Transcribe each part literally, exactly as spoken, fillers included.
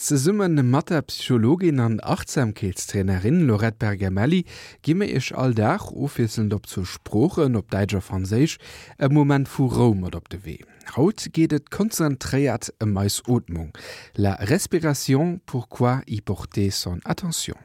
Ze summen mat der Psychologin an Achtsamkeitstrainerin Lorette Bergamelli gimme ich alldach officelnd op zu Sprochen op Deitscher Franseich e Moment vu Raum oder op de Weh. Haut geht et konzentriert e meis Atmung. La respiration, pourquoi y porter son attention?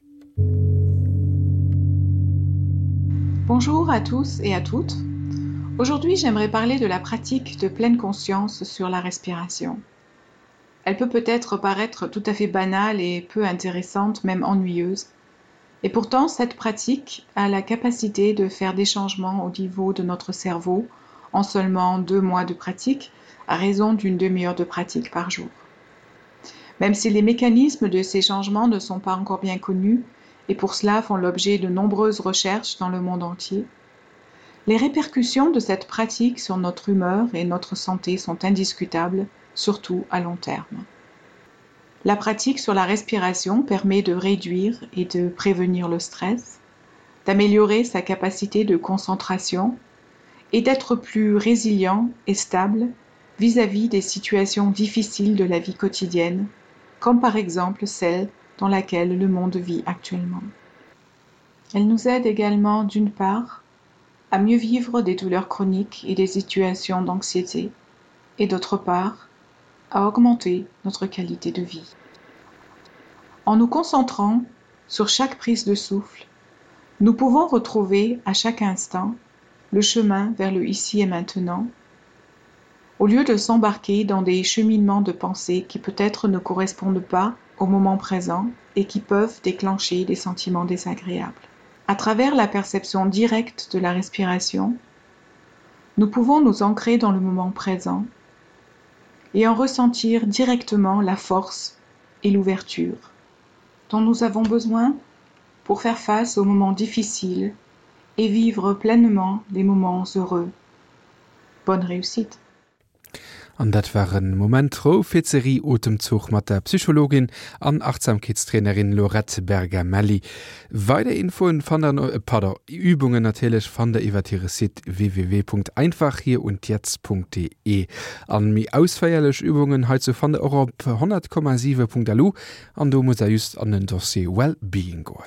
Bonjour à tous et à toutes. Aujourd'hui, j'aimerais parler de la pratique de pleine conscience sur la respiration. Elle peut peut-être paraître tout à fait banale et peu intéressante, même ennuyeuse. Et pourtant, cette pratique a la capacité de faire des changements au niveau de notre cerveau en seulement deux mois de pratique, à raison d'une demi-heure de pratique par jour. Même si les mécanismes de ces changements ne sont pas encore bien connus, et pour cela font l'objet de nombreuses recherches dans le monde entier, les répercussions de cette pratique sur notre humeur et notre santé sont indiscutables, surtout à long terme. La pratique sur la respiration permet de réduire et de prévenir le stress, d'améliorer sa capacité de concentration et d'être plus résilient et stable vis-à-vis des situations difficiles de la vie quotidienne, comme par exemple celle dans laquelle le monde vit actuellement. Elle nous aide également, d'une part, à mieux vivre des douleurs chroniques et des situations d'anxiété, et d'autre part, à augmenter notre qualité de vie. En nous concentrant sur chaque prise de souffle, nous pouvons retrouver à chaque instant le chemin vers le ici et maintenant, au lieu de s'embarquer dans des cheminements de pensée qui peut-être ne correspondent pas au moment présent et qui peuvent déclencher des sentiments désagréables. À travers la perception directe de la respiration, nous pouvons nous ancrer dans le moment présent et en ressentir directement la force et l'ouverture dont nous avons besoin pour faire face aux moments difficiles et vivre pleinement les moments heureux. Bonne réussite! An dat waren Momentro Fetzerie Otemzug mat der Psychologin an Achtsamkeitstrainerin Lorette Bergamelli. Weide Infoen van der Pader Übungen natelech van der iwwer Sit w w w punkt einfach hier und jetzt punkt de. An mi ausfeierlech Übungen heize van der Europa hundert Komma sieben Punkt lu an du muss er just an den Dossier Wellbeing go.